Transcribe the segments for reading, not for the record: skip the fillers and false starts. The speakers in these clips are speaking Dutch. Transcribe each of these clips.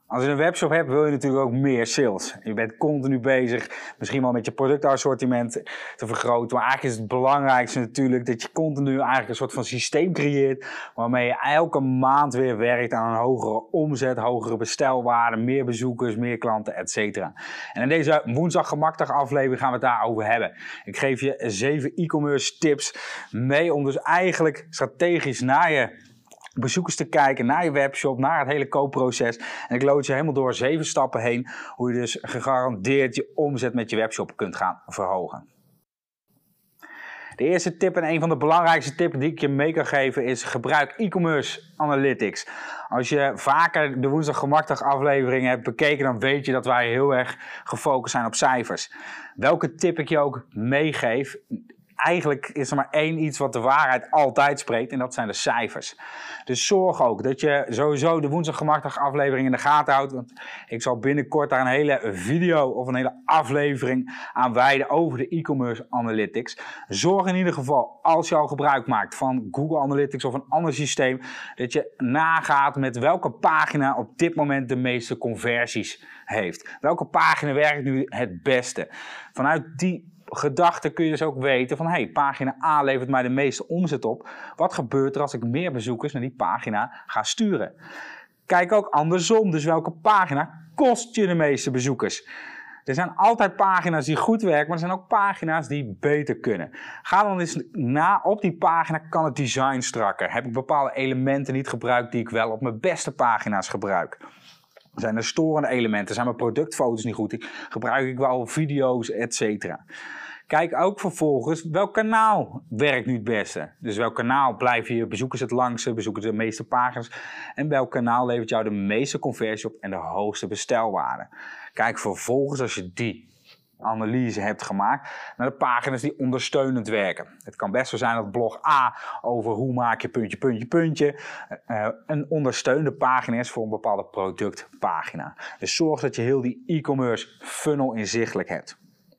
Als je een webshop hebt, wil je natuurlijk ook meer sales. Je bent continu bezig, misschien wel met je productassortiment te vergroten. Maar eigenlijk is het belangrijkste natuurlijk dat je continu eigenlijk een soort van systeem creëert, waarmee je elke maand weer werkt aan een hogere omzet, hogere bestelwaarden, meer bezoekers, meer klanten, etc. En in deze woensdag gemakdag aflevering gaan we het daarover hebben. Ik geef je 7 e-commerce tips mee om dus eigenlijk strategisch naar je bezoekers te kijken, naar je webshop, naar het hele koopproces. En ik lood je helemaal door 7 stappen heen hoe je dus gegarandeerd je omzet met je webshop kunt gaan verhogen. De eerste tip en een van de belangrijkste tips die ik je mee kan geven is: gebruik e-commerce analytics. Als je vaker de woensdag gemakdag aflevering hebt bekeken, dan weet je dat wij heel erg gefocust zijn op cijfers. Welke tip ik je ook meegeef, eigenlijk is er maar één iets wat de waarheid altijd spreekt en dat zijn de cijfers. Dus zorg ook dat je sowieso de woensdag gemakdag aflevering in de gaten houdt. Want ik zal binnenkort daar een hele video of een hele aflevering aan wijden over de e-commerce analytics. Zorg in ieder geval, als je al gebruik maakt van Google Analytics of een ander systeem, dat je nagaat met welke pagina op dit moment de meeste conversies heeft. Welke pagina werkt nu het beste? Vanuit die gedachte kun je dus ook weten van hey, pagina A levert mij de meeste omzet op. Wat gebeurt er als ik meer bezoekers naar die pagina ga sturen? Kijk ook andersom, dus welke pagina kost je de meeste bezoekers? Er zijn altijd pagina's die goed werken, maar er zijn ook pagina's die beter kunnen. Ga dan eens na op die pagina, kan het design strakker? Heb ik bepaalde elementen niet gebruikt die ik wel op mijn beste pagina's gebruik? Zijn er storende elementen? Zijn mijn productfoto's niet goed? Gebruik ik wel video's, etc. Kijk ook vervolgens welk kanaal werkt nu het beste. Dus welk kanaal blijven je bezoekers het langste, bezoeken de meeste pagina's. En welk kanaal levert jou de meeste conversie op en de hoogste bestelwaarde. Kijk vervolgens, als je die analyse hebt gemaakt, naar de pagina's die ondersteunend werken. Het kan best zo zijn dat blog A over hoe maak je puntje een ondersteunende pagina is voor een bepaalde productpagina. Dus zorg dat je heel die e-commerce funnel inzichtelijk hebt.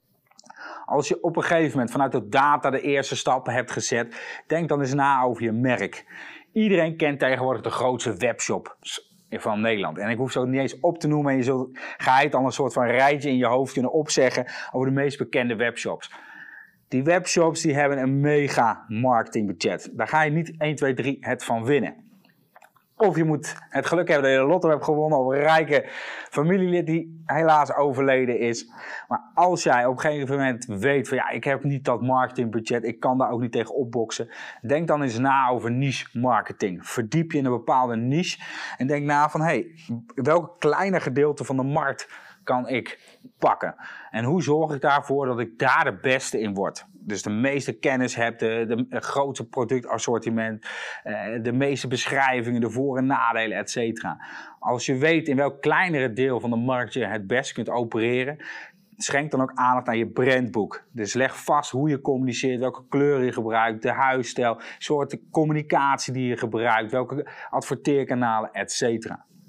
Als je op een gegeven moment vanuit de data de eerste stappen hebt gezet, denk dan eens na over je merk. Iedereen kent tegenwoordig de grootste webshops van Nederland. En ik hoef zo niet eens op te noemen en je zult geheid al een soort van rijtje in je hoofd kunnen opzeggen over de meest bekende webshops. Die webshops die hebben een mega marketingbudget. Daar ga je niet 1, 2, 3 het van winnen. Of je moet het geluk hebben dat je de lotto hebt gewonnen of een rijke familielid die helaas overleden is. Maar als jij op een gegeven moment weet van ja, ik heb niet dat marketingbudget, ik kan daar ook niet tegen opboksen. Denk dan eens na over niche marketing. Verdiep je in een bepaalde niche en denk na van hey, welk kleine gedeelte van de markt kan ik pakken? En hoe zorg ik daarvoor dat ik daar de beste in word? Dus de meeste kennis heb, de grootste productassortiment, de meeste beschrijvingen, de voor- en nadelen, etc. Als je weet in welk kleinere deel van de markt je het best kunt opereren, schenk dan ook aandacht aan je brandboek. Dus leg vast hoe je communiceert, welke kleuren je gebruikt, de huisstijl, soorten communicatie die je gebruikt, welke adverteerkanalen, etc.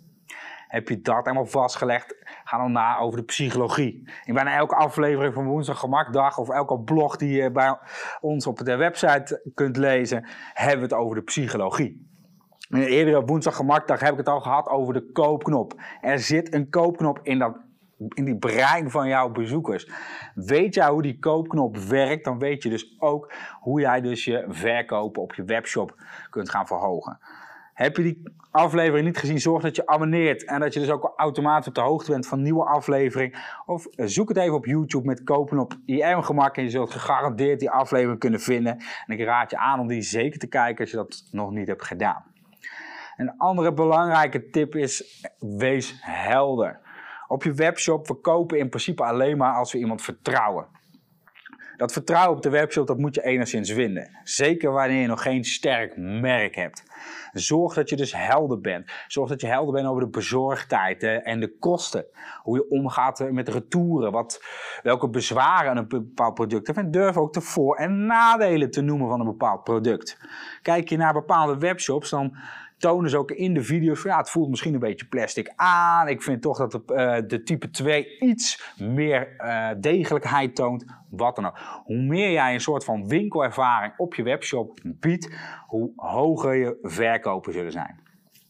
Heb je dat helemaal vastgelegd, ga dan na over de psychologie. In bijna elke aflevering van Woensdag Gemakdag of elke blog die je bij ons op de website kunt lezen, hebben we het over de psychologie. Eerder op Woensdag Gemakdag heb ik het al gehad over de koopknop. Er zit een koopknop in die brein van jouw bezoekers. Weet jij hoe die koopknop werkt, dan weet je dus ook hoe jij dus je verkopen op je webshop kunt gaan verhogen. Heb je die aflevering niet gezien, zorg dat je abonneert en dat je dus ook automatisch op de hoogte bent van nieuwe aflevering. Of zoek het even op YouTube met koopknop IM Gemak en je zult gegarandeerd die aflevering kunnen vinden. En ik raad je aan om die zeker te kijken als je dat nog niet hebt gedaan. Een andere belangrijke tip is, wees helder. Op je webshop verkopen in principe alleen maar als we iemand vertrouwen. Dat vertrouwen op de webshop, dat moet je enigszins winnen. Zeker wanneer je nog geen sterk merk hebt. Zorg dat je dus helder bent. Zorg dat je helder bent over de bezorgdheid en de kosten. Hoe je omgaat met retouren. Welke bezwaren een bepaald product heeft. En durf ook de voor- en nadelen te noemen van een bepaald product. Kijk je naar bepaalde webshops, dan tonen ze ook in de video's van ja, het voelt misschien een beetje plastic aan. Ik vind toch dat de type 2 iets meer degelijkheid toont. Wat dan ook. Hoe meer jij een soort van winkelervaring op je webshop biedt, hoe hoger je verkopen zullen zijn.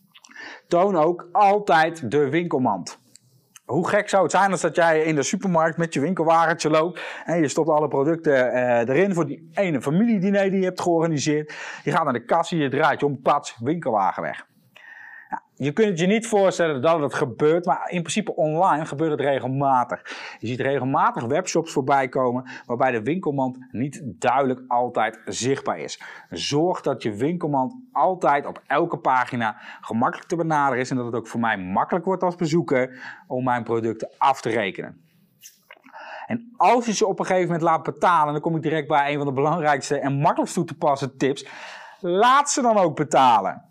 Toon ook altijd de winkelmand. Hoe gek zou het zijn als dat jij in de supermarkt met je winkelwagentje loopt en je stopt alle producten erin voor die ene familiediner die je hebt georganiseerd. Je gaat naar de kassie, je draait je om, pats, winkelwagen weg. Ja, je kunt het je niet voorstellen dat het gebeurt, maar in principe online gebeurt het regelmatig. Je ziet regelmatig webshops voorbij komen waarbij de winkelmand niet duidelijk altijd zichtbaar is. Zorg dat je winkelmand altijd op elke pagina gemakkelijk te benaderen is en dat het ook voor mij makkelijk wordt als bezoeker om mijn producten af te rekenen. En als je ze op een gegeven moment laat betalen, dan kom ik direct bij een van de belangrijkste en makkelijkst toe te passen tips. Laat ze dan ook betalen.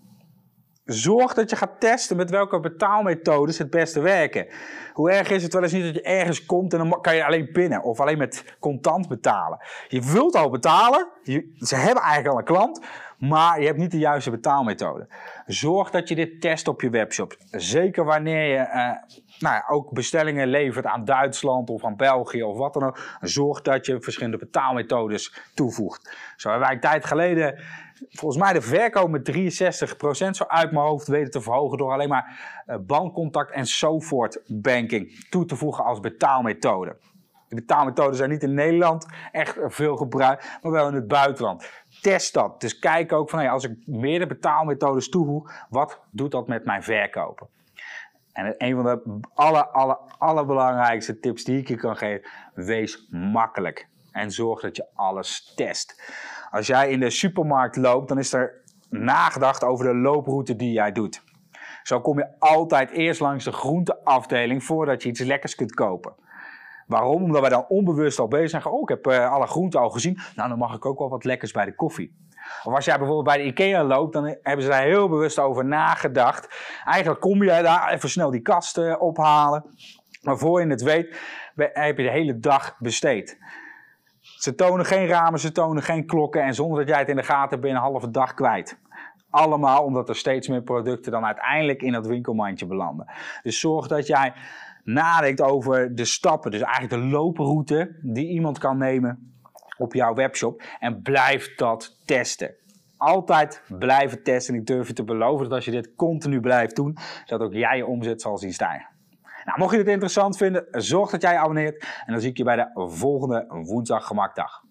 Zorg dat je gaat testen met welke betaalmethodes het beste werken. Hoe erg is het wel eens niet dat je ergens komt en dan kan je alleen pinnen of alleen met contant betalen. Je wilt al betalen, ze hebben eigenlijk al een klant, maar je hebt niet de juiste betaalmethode. Zorg dat je dit test op je webshop. Zeker wanneer je ook bestellingen levert aan Duitsland of aan België of wat dan ook. Zorg dat je verschillende betaalmethodes toevoegt. Zo hebben wij een tijd geleden volgens mij de verkoop met 63% zo uit mijn hoofd weten te verhogen door alleen maar bankcontact en Sofort banking toe te voegen als betaalmethode. De betaalmethoden zijn niet in Nederland echt veel gebruikt, maar wel in het buitenland. Test dat. Dus kijk ook van als ik meerdere betaalmethodes toevoeg, wat doet dat met mijn verkopen? En een van de allerbelangrijkste tips die ik je kan geven, wees makkelijk. En zorg dat je alles test. Als jij in de supermarkt loopt, dan is er nagedacht over de looproute die jij doet. Zo kom je altijd eerst langs de groenteafdeling voordat je iets lekkers kunt kopen. Waarom? Omdat wij dan onbewust al bezig zijn. Oh, ik heb alle groenten al gezien. Nou, dan mag ik ook wel wat lekkers bij de koffie. Of als jij bijvoorbeeld bij de IKEA loopt, dan hebben ze daar heel bewust over nagedacht. Eigenlijk kom je daar even snel die kasten ophalen. Maar voor je het weet, heb je de hele dag besteed. Ze tonen geen ramen, ze tonen geen klokken. En zonder dat jij het in de gaten hebt, ben je een halve dag kwijt. Allemaal omdat er steeds meer producten dan uiteindelijk in dat winkelmandje belanden. Dus zorg dat jij nadenkt over de stappen. Dus eigenlijk de looproute die iemand kan nemen op jouw webshop. En blijf dat testen. Altijd blijven testen. En ik durf je te beloven dat als je dit continu blijft doen, dat ook jij je omzet zal zien stijgen. Nou, mocht je dit interessant vinden, zorg dat jij je abonneert. En dan zie ik je bij de volgende woensdag gemakdag.